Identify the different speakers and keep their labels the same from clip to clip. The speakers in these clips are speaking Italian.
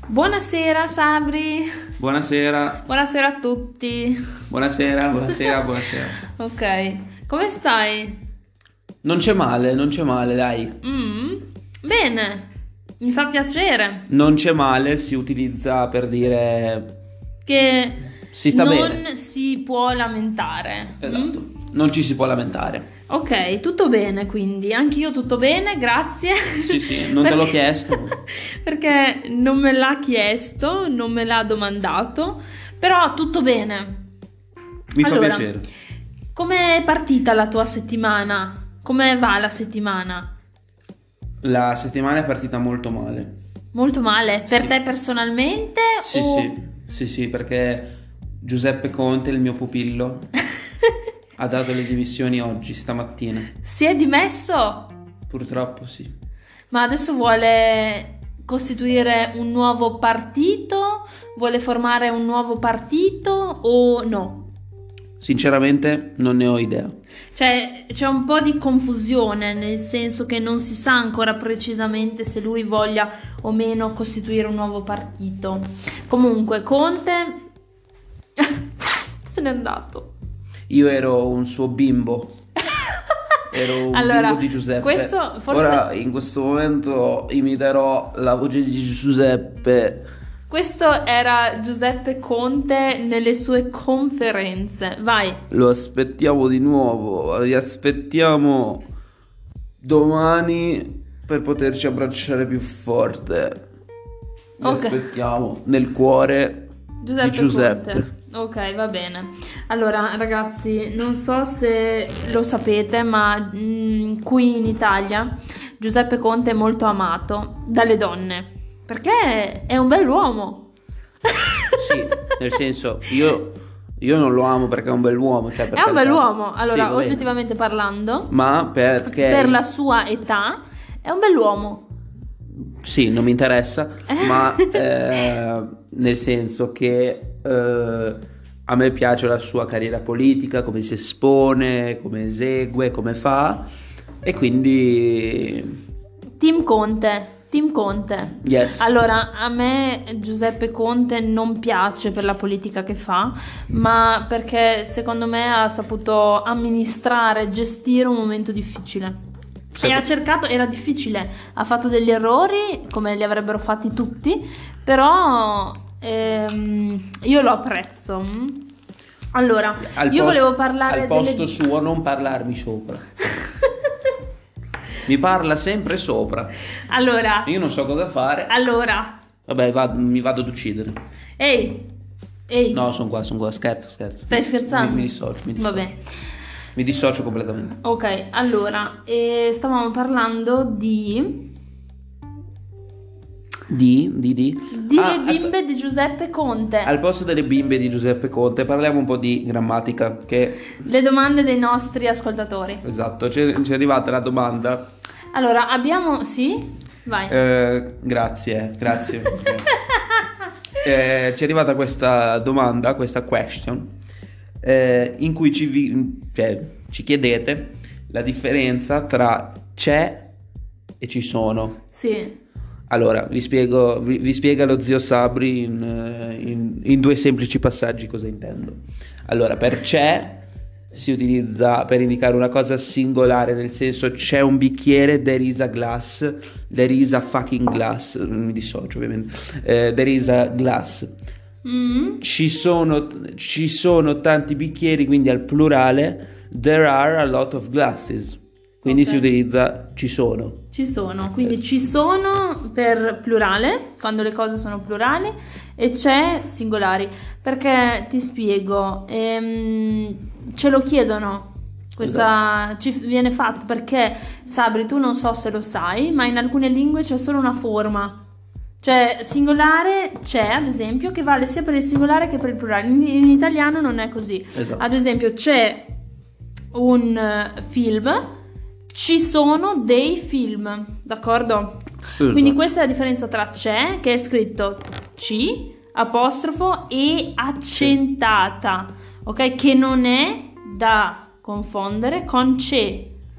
Speaker 1: Buonasera Sabri,
Speaker 2: Buonasera,
Speaker 1: buonasera a tutti.
Speaker 2: buonasera, buonasera, buonasera.
Speaker 1: Ok, come stai?
Speaker 2: Non c'è male, dai.
Speaker 1: Bene, mi fa piacere
Speaker 2: Non c'è male, si utilizza per dire
Speaker 1: che
Speaker 2: si sta
Speaker 1: non
Speaker 2: bene.
Speaker 1: si può lamentare.
Speaker 2: Esatto, non ci si può lamentare.
Speaker 1: Ok, tutto bene quindi, anch'io tutto bene, grazie.
Speaker 2: Sì, non te l'ho chiesto.
Speaker 1: Perché non me l'ha chiesto, non me l'ha domandato, però tutto bene.
Speaker 2: Mi fa
Speaker 1: Allora,
Speaker 2: piacere.
Speaker 1: com'è partita la tua settimana? Come va la settimana?
Speaker 2: La settimana è partita molto male.
Speaker 1: Molto male? Per
Speaker 2: Sì.
Speaker 1: te personalmente?
Speaker 2: Sì,
Speaker 1: o...
Speaker 2: sì, perché Giuseppe Conte, il mio pupillo, ha dato le dimissioni oggi, stamattina.
Speaker 1: Si è dimesso?
Speaker 2: Purtroppo sì.
Speaker 1: Ma adesso vuole costituire un nuovo partito? Vuole formare un nuovo partito o no?
Speaker 2: Sinceramente non ne ho idea.
Speaker 1: Cioè, c'è un po' di confusione, nel senso che non si sa ancora precisamente se lui voglia o meno costituire un nuovo partito. Comunque, Conte se n'è andato.
Speaker 2: Io ero un suo bimbo. Ero un
Speaker 1: Allora,
Speaker 2: bimbo di Giuseppe.
Speaker 1: questo forse-
Speaker 2: Ora, in questo momento, imiterò la voce di Giuseppe.
Speaker 1: Questo era Giuseppe Conte nelle sue conferenze. Vai.
Speaker 2: Lo aspettiamo di nuovo. Vi aspettiamo domani per poterci abbracciare più forte. Vi
Speaker 1: Ok.
Speaker 2: aspettiamo nel cuore di Giuseppe.
Speaker 1: Conte. Ok, va bene. Allora, ragazzi, non so se lo sapete, ma qui in Italia Giuseppe Conte è molto amato dalle donne perché è un bell'uomo.
Speaker 2: Sì, nel senso, io non lo amo perché è un bell'uomo. Cioè, per
Speaker 1: È un
Speaker 2: carità.
Speaker 1: bell'uomo.
Speaker 2: Sì,
Speaker 1: Allora,
Speaker 2: va bene.
Speaker 1: oggettivamente parlando,
Speaker 2: Ma perché...
Speaker 1: per la sua età, è un bell'uomo.
Speaker 2: Sì, non mi interessa, ma nel senso che a me piace la sua carriera politica, come si espone, come esegue, come fa, e quindi
Speaker 1: Team Conte. Team Conte.
Speaker 2: yes.
Speaker 1: Allora, a me Giuseppe Conte non piace per la politica che fa, ma perché secondo me ha saputo amministrare, gestire un momento difficile.
Speaker 2: Sì.
Speaker 1: E ha cercato, era difficile, ha fatto degli errori come li avrebbero fatti tutti, però io lo apprezzo. Allora, io volevo parlare
Speaker 2: al posto
Speaker 1: delle...
Speaker 2: suo non parlarmi sopra. Mi parla sempre sopra.
Speaker 1: Allora,
Speaker 2: Io non so cosa fare.
Speaker 1: allora,
Speaker 2: Mi vado ad uccidere.
Speaker 1: ehi,
Speaker 2: No, sono qua, scherzo.
Speaker 1: stai scherzando?
Speaker 2: Mi dissocio.
Speaker 1: Vabbè.
Speaker 2: Mi dissocio completamente.
Speaker 1: Ok, allora, stavamo parlando di
Speaker 2: Ah,
Speaker 1: le bimbe di Giuseppe Conte,
Speaker 2: al posto delle bimbe di Giuseppe Conte parliamo un po' di grammatica, che
Speaker 1: le domande dei nostri ascoltatori.
Speaker 2: esatto, ci è arrivata la domanda.
Speaker 1: Allora, abbiamo... Sì? Vai.
Speaker 2: Grazie. Ci è arrivata questa domanda, questa question, in cui ci chiedete la differenza tra c'è e ci sono.
Speaker 1: Sì.
Speaker 2: Allora, vi spiega lo zio Sabri in due semplici passaggi cosa intendo. Allora, per c'è si utilizza per indicare una cosa singolare, nel senso c'è un bicchiere, there is a glass, there is a fucking glass, mi dissocio ovviamente, there is a glass. Ci sono tanti bicchieri, quindi al plurale, there are a lot of glasses. Quindi
Speaker 1: Ok.
Speaker 2: si utilizza ci sono.
Speaker 1: Ci sono, quindi ci sono per plurale, quando le cose sono plurali, e c'è singolari. Perché ti spiego, ce lo chiedono, questa ci viene fatto perché Sabri, tu non so se lo sai, ma in alcune lingue c'è solo una forma. Cioè singolare c'è, ad esempio, che vale sia per il singolare che per il plurale. In italiano non è così.
Speaker 2: Esatto.
Speaker 1: Ad esempio c'è un film, ci sono dei film, d'accordo?
Speaker 2: Esatto.
Speaker 1: Quindi questa è la differenza tra c'è, che è scritto C, apostrofo e accentata, ok? Che non è da confondere con c'è.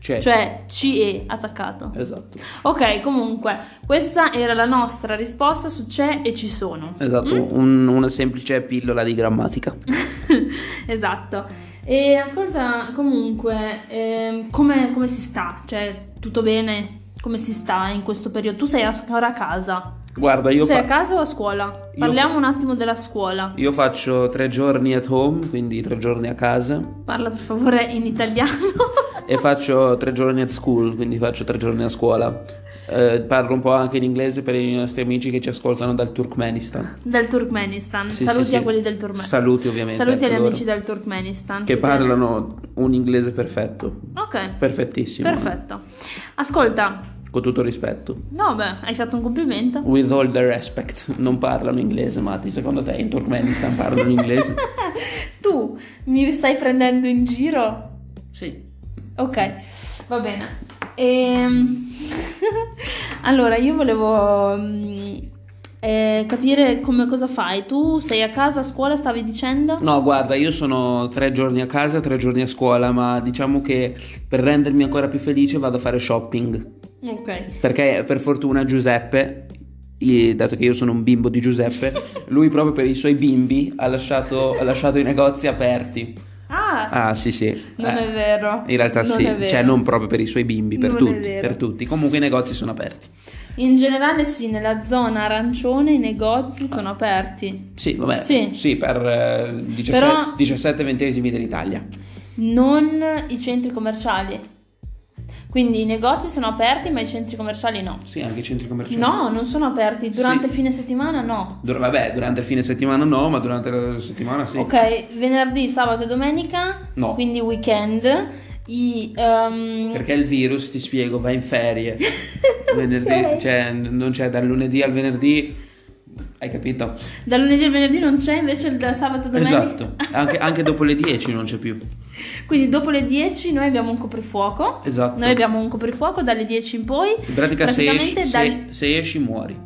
Speaker 1: Cioè CE attaccato.
Speaker 2: Esatto.
Speaker 1: Ok, comunque, questa era la nostra risposta su c'è e ci sono.
Speaker 2: Esatto, una semplice pillola di grammatica.
Speaker 1: Esatto. E ascolta, comunque, come si sta? Cioè, tutto bene? Come si sta in questo periodo? Tu sei ancora a casa?
Speaker 2: Guarda,
Speaker 1: Tu sei a casa o a scuola? Parliamo un attimo della scuola.
Speaker 2: Io faccio 3 giorni at home, quindi 3 giorni a casa.
Speaker 1: Parla per favore in italiano.
Speaker 2: E faccio 3 giorni at school, quindi faccio 3 giorni a scuola. Parlo un po' anche in inglese per i nostri amici che ci ascoltano dal Turkmenistan.
Speaker 1: Dal Turkmenistan.
Speaker 2: Sì,
Speaker 1: Saluti
Speaker 2: sì,
Speaker 1: a
Speaker 2: sì.
Speaker 1: quelli del Turkmenistan.
Speaker 2: Saluti ovviamente.
Speaker 1: Saluti agli
Speaker 2: loro,
Speaker 1: amici del Turkmenistan.
Speaker 2: che parlano un inglese perfetto.
Speaker 1: Ok.
Speaker 2: Perfettissimo.
Speaker 1: Perfetto. Ascolta.
Speaker 2: Con tutto rispetto.
Speaker 1: No, beh, hai fatto un complimento.
Speaker 2: With all the respect. Non parlano inglese, Mati. Secondo te in Turkmenistan parlano inglese?
Speaker 1: Tu mi stai prendendo in giro?
Speaker 2: Sì.
Speaker 1: Ok, va bene. Allora, io volevo capire cosa fai. Tu sei a casa, a scuola, stavi dicendo?
Speaker 2: No, guarda, io sono 3 giorni a casa, 3 giorni a scuola, ma diciamo che per rendermi ancora più felice vado a fare shopping.
Speaker 1: Ok.
Speaker 2: Perché per fortuna Giuseppe, dato che io sono un bimbo di Giuseppe, lui proprio per i suoi bimbi ha lasciato i negozi aperti.
Speaker 1: Ah,
Speaker 2: sì, sì.
Speaker 1: non è vero.
Speaker 2: In realtà
Speaker 1: Non
Speaker 2: sì,
Speaker 1: è vero.
Speaker 2: cioè non proprio per i suoi bimbi, per
Speaker 1: Non è
Speaker 2: tutti,
Speaker 1: vero.
Speaker 2: per tutti. Comunque i negozi sono aperti.
Speaker 1: In generale sì, nella zona arancione i negozi sono aperti.
Speaker 2: Sì, vabbè.
Speaker 1: Sì.
Speaker 2: Sì, per 17,
Speaker 1: Però-
Speaker 2: 17 ventesimi dell'Italia.
Speaker 1: Non i centri commerciali. Quindi i negozi sono aperti, ma i centri commerciali no.
Speaker 2: Sì, anche i centri commerciali.
Speaker 1: No, non sono aperti. Durante
Speaker 2: Sì.
Speaker 1: il fine settimana no.
Speaker 2: Vabbè, durante il fine settimana no, ma durante la settimana sì.
Speaker 1: Ok, venerdì, sabato e domenica.
Speaker 2: No.
Speaker 1: Quindi weekend.
Speaker 2: Perché il virus, ti spiego, va in ferie. Venerdì, cioè non c'è dal lunedì al venerdì, hai capito?
Speaker 1: Dal lunedì al venerdì non c'è, invece il sabato e domenica.
Speaker 2: Esatto, anche dopo le 10 non c'è più.
Speaker 1: Quindi dopo le 10 noi abbiamo un coprifuoco.
Speaker 2: Esatto.
Speaker 1: Noi abbiamo un coprifuoco dalle 10 in poi.
Speaker 2: In pratica se
Speaker 1: Praticamente
Speaker 2: esci, se esci muori.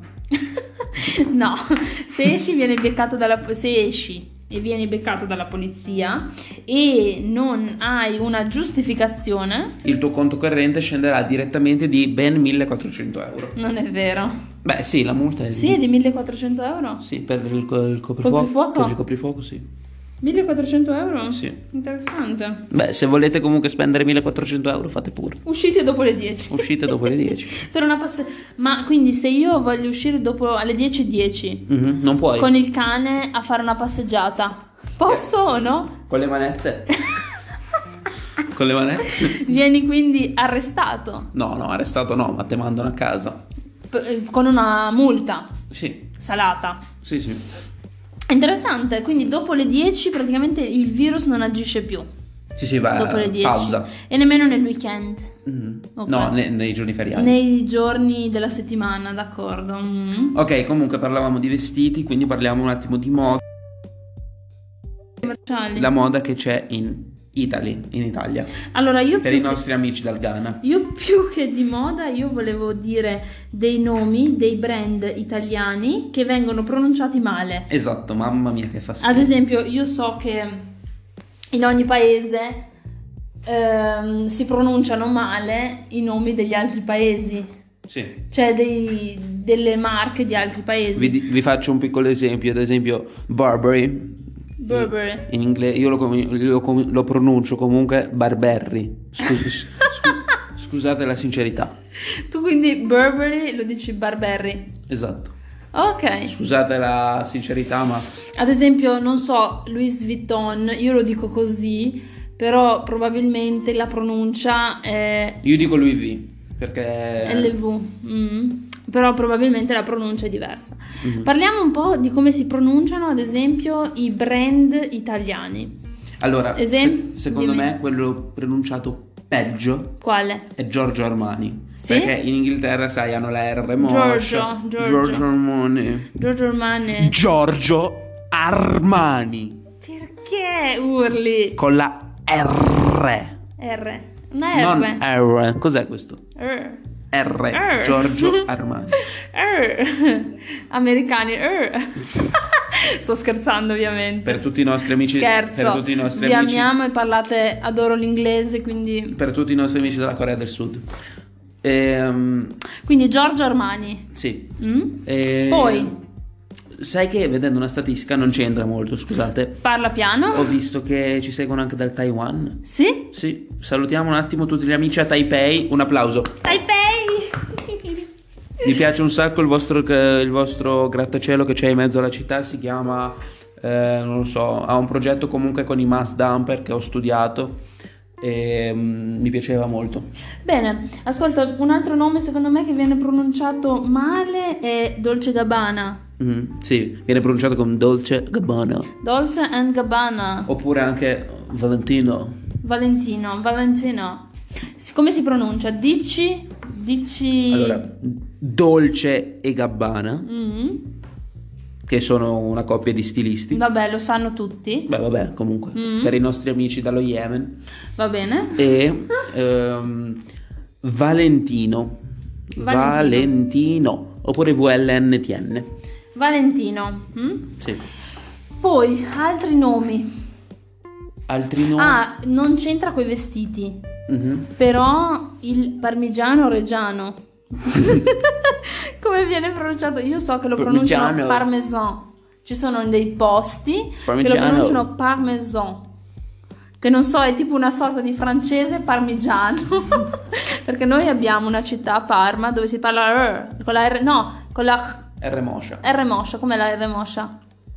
Speaker 1: No, se esci viene beccato se esci e vieni beccato dalla polizia e non hai una giustificazione,
Speaker 2: Il tuo conto corrente scenderà direttamente di ben 1.400 euro.
Speaker 1: non è vero.
Speaker 2: Beh sì, la multa è
Speaker 1: Sì, è di 1.400 euro.
Speaker 2: Sì, per il coprifuoco.
Speaker 1: Coprifuoco?
Speaker 2: Per il coprifuoco sì.
Speaker 1: 1.400 euro?
Speaker 2: Sì.
Speaker 1: Interessante.
Speaker 2: Beh, se volete comunque spendere 1.400 euro fate pure.
Speaker 1: Uscite dopo le 10.
Speaker 2: Uscite dopo le 10.
Speaker 1: Per una Ma quindi se io voglio uscire dopo alle 10:10
Speaker 2: Mhm, non puoi.
Speaker 1: con il cane a fare una passeggiata, posso o no?
Speaker 2: Con le manette? Con le manette?
Speaker 1: Vieni quindi arrestato
Speaker 2: No, arrestato no, ma te mandano a casa.
Speaker 1: con una multa
Speaker 2: Sì,
Speaker 1: salata.
Speaker 2: sì.
Speaker 1: Interessante, quindi dopo le 10 praticamente il virus non agisce più.
Speaker 2: Sì, va.
Speaker 1: Dopo le 10.
Speaker 2: Pausa.
Speaker 1: E nemmeno nel weekend.
Speaker 2: Mhm.
Speaker 1: Ok.
Speaker 2: No, nei giorni feriali.
Speaker 1: Nei giorni della settimana, d'accordo. Mm.
Speaker 2: Ok, comunque parlavamo di vestiti, quindi parliamo un attimo di moda.
Speaker 1: Commerciali.
Speaker 2: La moda che c'è in Italia.
Speaker 1: Allora io
Speaker 2: Per i nostri amici dal Ghana.
Speaker 1: Io più che di moda, io volevo dire dei nomi, dei brand italiani che vengono pronunciati male.
Speaker 2: Esatto, mamma mia che fastidio.
Speaker 1: Ad esempio, io so che in ogni paese si pronunciano male i nomi degli altri paesi,
Speaker 2: Sì.
Speaker 1: cioè delle marche di altri paesi.
Speaker 2: Vi faccio un piccolo esempio, ad esempio Burberry.
Speaker 1: Burberry.
Speaker 2: In inglese io lo pronuncio comunque Barberry. Scusate la sincerità.
Speaker 1: Tu quindi Burberry lo dici Barberry.
Speaker 2: Esatto.
Speaker 1: Ok.
Speaker 2: Scusate la sincerità, ma
Speaker 1: Ad esempio, non so, Louis Vuitton, io lo dico così, però probabilmente la pronuncia è
Speaker 2: io dico Louis V perché
Speaker 1: LV. Però probabilmente la pronuncia è diversa. Parliamo un po' di come si pronunciano, ad esempio, i brand italiani.
Speaker 2: allora secondo
Speaker 1: Dimmi.
Speaker 2: me quello pronunciato peggio
Speaker 1: Quale?
Speaker 2: è Giorgio Armani.
Speaker 1: Sì?
Speaker 2: Perché in Inghilterra, sai, hanno la R moscia.
Speaker 1: Giorgio.
Speaker 2: Armani.
Speaker 1: Giorgio Armani.
Speaker 2: Giorgio Armani
Speaker 1: Perché urli?
Speaker 2: con la R.
Speaker 1: R. Una R.
Speaker 2: Non R. Cos'è questo?
Speaker 1: R.
Speaker 2: R. Giorgio Armani.
Speaker 1: Americani. Sto scherzando, ovviamente.
Speaker 2: Per tutti i nostri amici.
Speaker 1: Scherzo.
Speaker 2: Per tutti i nostri
Speaker 1: Vi
Speaker 2: amici.
Speaker 1: amiamo e parlate, adoro l'inglese, quindi...
Speaker 2: Per tutti i nostri amici della Corea del Sud.
Speaker 1: Quindi Giorgio Armani.
Speaker 2: Sì.
Speaker 1: Mm? Poi
Speaker 2: sai che vedendo una statistica non c'entra molto, scusate.
Speaker 1: parla piano.
Speaker 2: Ho visto che ci seguono anche dal Taiwan.
Speaker 1: Sì?
Speaker 2: Sì, salutiamo un attimo tutti gli amici a Taipei. Un applauso.
Speaker 1: Taipei!
Speaker 2: Mi piace un sacco il vostro grattacielo che c'è in mezzo alla città. Si chiama, non lo so, ha un progetto comunque con i mass dumper che ho studiato. E mi piaceva molto.
Speaker 1: Bene, ascolta, un altro nome secondo me che viene pronunciato male è Dolce Gabbana.
Speaker 2: Sì, viene pronunciato come Dolce Gabbana.
Speaker 1: Dolce and Gabbana.
Speaker 2: Oppure anche Valentino.
Speaker 1: Valentino. Come si pronuncia? Dici...
Speaker 2: Allora, Dolce e Gabbana, che sono una coppia di stilisti.
Speaker 1: Vabbè, lo sanno tutti.
Speaker 2: Beh, vabbè, comunque, per i nostri amici dallo Yemen.
Speaker 1: Va bene.
Speaker 2: E Valentino. Oppure VLNTN.
Speaker 1: Valentino.
Speaker 2: Sì.
Speaker 1: Poi, altri nomi.
Speaker 2: Altri nomi?
Speaker 1: Ah, non c'entra coi vestiti. Però il parmigiano reggiano. Come viene pronunciato? Io so che lo pronunciano parmesan. Ci sono dei posti che lo pronunciano parmesan. Che non so, è tipo una sorta di francese parmigiano. Perché noi abbiamo una città, Parma, dove si parla con la R, no, con la
Speaker 2: R moscia.
Speaker 1: R moscia, com'è la R moscia?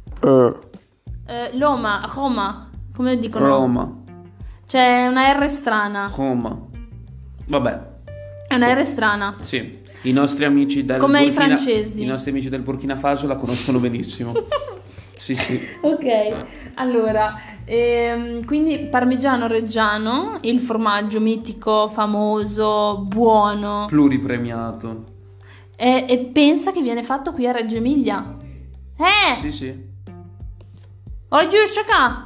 Speaker 1: Roma, come dicono?
Speaker 2: Roma.
Speaker 1: C'è una R strana.
Speaker 2: Roma. Vabbè.
Speaker 1: È una R strana.
Speaker 2: Sì. I nostri amici del
Speaker 1: Come i
Speaker 2: Burkina,
Speaker 1: francesi.
Speaker 2: I nostri amici del Burkina Faso la conoscono benissimo. Sì.
Speaker 1: Ok, allora, quindi parmigiano reggiano, il formaggio mitico, famoso, buono.
Speaker 2: Pluripremiato.
Speaker 1: E pensa che viene fatto qui a Reggio Emilia.
Speaker 2: Sì.
Speaker 1: Oggi qua.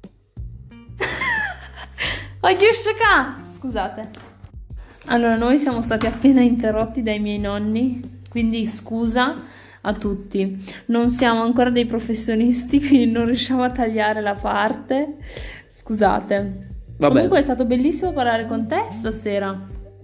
Speaker 1: Scusate. Allora, noi siamo stati appena interrotti dai miei nonni, quindi scusa a tutti. Non siamo ancora dei professionisti, quindi non riusciamo a tagliare la parte. Scusate.
Speaker 2: Vabbè.
Speaker 1: Comunque è stato bellissimo parlare con te stasera.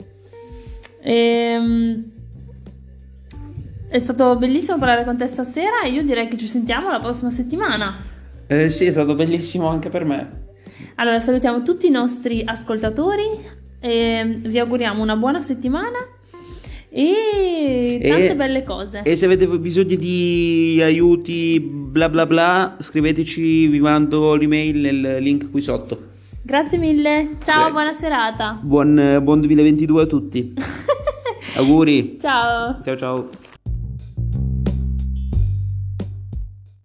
Speaker 1: È stato bellissimo parlare con te stasera e io direi che ci sentiamo la prossima settimana.
Speaker 2: Sì, è stato bellissimo anche per me.
Speaker 1: Allora, salutiamo tutti i nostri ascoltatori e vi auguriamo una buona settimana e tante belle cose.
Speaker 2: E se avete bisogno di aiuti bla bla bla, scriveteci, vi mando l'email nel link qui sotto.
Speaker 1: Grazie mille, ciao,
Speaker 2: Prego.
Speaker 1: buona serata.
Speaker 2: Buon 2022 a tutti. Auguri.
Speaker 1: Ciao.
Speaker 2: Ciao.